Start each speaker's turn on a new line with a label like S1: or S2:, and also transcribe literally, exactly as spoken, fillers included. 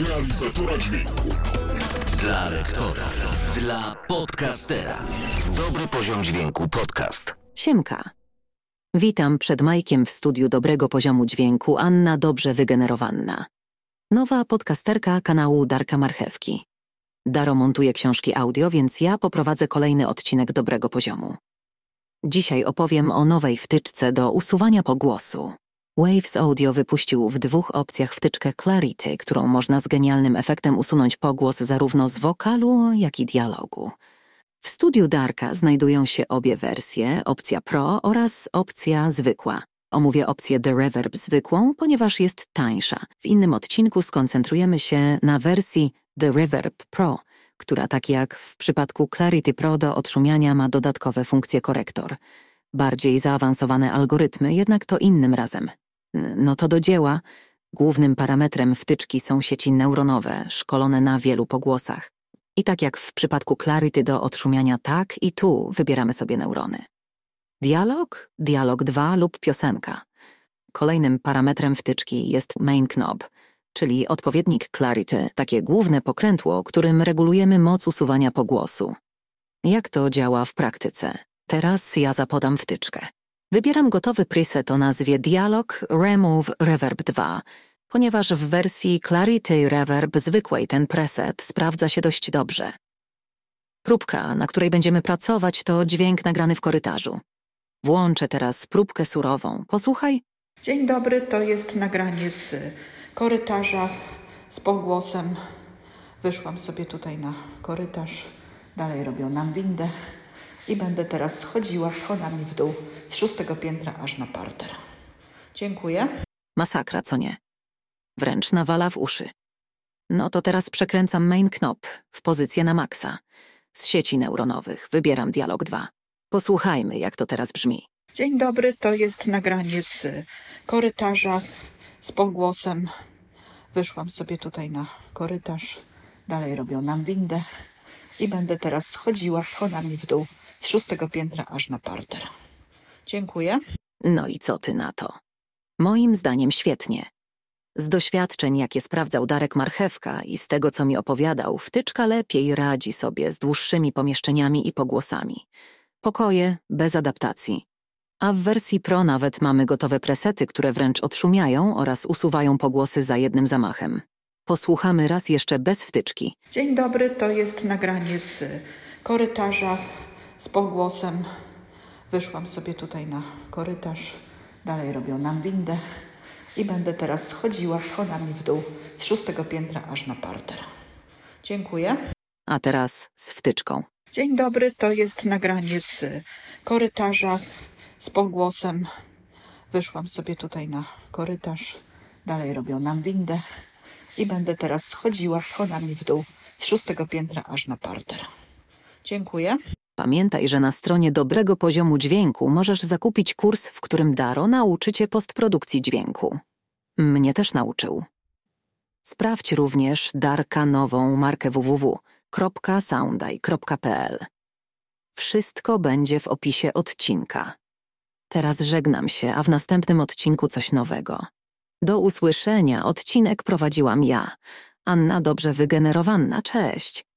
S1: realizatora dźwięku.
S2: Dla lektora. Dla podcastera. Dobry poziom dźwięku podcast.
S3: Siemka. Witam przed majkiem w studiu dobrego poziomu dźwięku Anna Dobrze Wygenerowana. Nowa podcasterka kanału Darka Marchewki. Daro montuje książki audio, więc ja poprowadzę kolejny odcinek dobrego poziomu. Dzisiaj opowiem o nowej wtyczce do usuwania pogłosu. Waves Audio wypuścił w dwóch opcjach wtyczkę Clarity, którą można z genialnym efektem usunąć pogłos zarówno z wokalu, jak i dialogu. W studiu Darka znajdują się obie wersje, opcja Pro oraz opcja zwykła. Omówię opcję The Reverb zwykłą, ponieważ jest tańsza. W innym odcinku skoncentrujemy się na wersji The Reverb Pro, która tak jak w przypadku Clarity Pro do odszumiania ma dodatkowe funkcje korektor. Bardziej zaawansowane algorytmy, jednak to innym razem. No to do dzieła. Głównym parametrem wtyczki są sieci neuronowe, szkolone na wielu pogłosach. I tak jak w przypadku Clarity do odszumiania tak i tu wybieramy sobie neurony. Dialog, dialog dwa lub piosenka. Kolejnym parametrem wtyczki jest main knob, czyli odpowiednik Clarity, takie główne pokrętło, którym regulujemy moc usuwania pogłosu. Jak to działa w praktyce? Teraz ja zapodam wtyczkę. Wybieram gotowy preset o nazwie Dialog Remove Reverb dwa, ponieważ w wersji Clarity Reverb zwykłej ten preset sprawdza się dość dobrze. Próbka, na której będziemy pracować, to dźwięk nagrany w korytarzu. Włączę teraz próbkę surową. Posłuchaj.
S4: Dzień dobry, to jest nagranie z korytarza z pogłosem. Wyszłam sobie tutaj na korytarz, dalej robią nam windę i będę teraz schodziła schodami w dół z szóstego piętra aż na parter. Dziękuję.
S3: Masakra, co nie? Wręcz nawala w uszy. No to teraz przekręcam main knob w pozycję na maksa. Z sieci neuronowych wybieram dialog dwa. Posłuchajmy, jak to teraz brzmi.
S4: Dzień dobry, to jest nagranie z korytarza z pogłosem. Wyszłam sobie tutaj na korytarz, dalej robią nam windę i będę teraz schodziła schodami w dół z szóstego piętra aż na parter. Dziękuję.
S3: No i co ty na to? Moim zdaniem świetnie. Z doświadczeń, jakie sprawdzał Darek Marchewka i z tego, co mi opowiadał, wtyczka lepiej radzi sobie z dłuższymi pomieszczeniami i pogłosami. Pokoje bez adaptacji. A w wersji Pro nawet mamy gotowe presety, które wręcz odszumiają oraz usuwają pogłosy za jednym zamachem. Posłuchamy raz jeszcze bez wtyczki.
S4: Dzień dobry, to jest nagranie z korytarza z pogłosem. Wyszłam sobie tutaj na korytarz, dalej robią nam windę i będę teraz schodziła schodami w dół z szóstego piętra aż na parter. Dziękuję.
S3: A teraz z wtyczką.
S4: Dzień dobry, to jest nagranie z korytarza z pogłosem. Wyszłam sobie tutaj na korytarz, dalej robią nam windę i będę teraz schodziła schodami w dół z szóstego piętra aż na parter. Dziękuję.
S3: Pamiętaj, że na stronie dobrego poziomu dźwięku możesz zakupić kurs, w którym Daro nauczy cię postprodukcji dźwięku. Mnie też nauczył. Sprawdź również Darka nową markę w w w kropka soundeye kropka p l. Wszystko będzie w opisie odcinka. Teraz żegnam się, a w następnym odcinku coś nowego. Do usłyszenia. Odcinek prowadziłam ja, Anna Dobrze Wygenerowana. Cześć.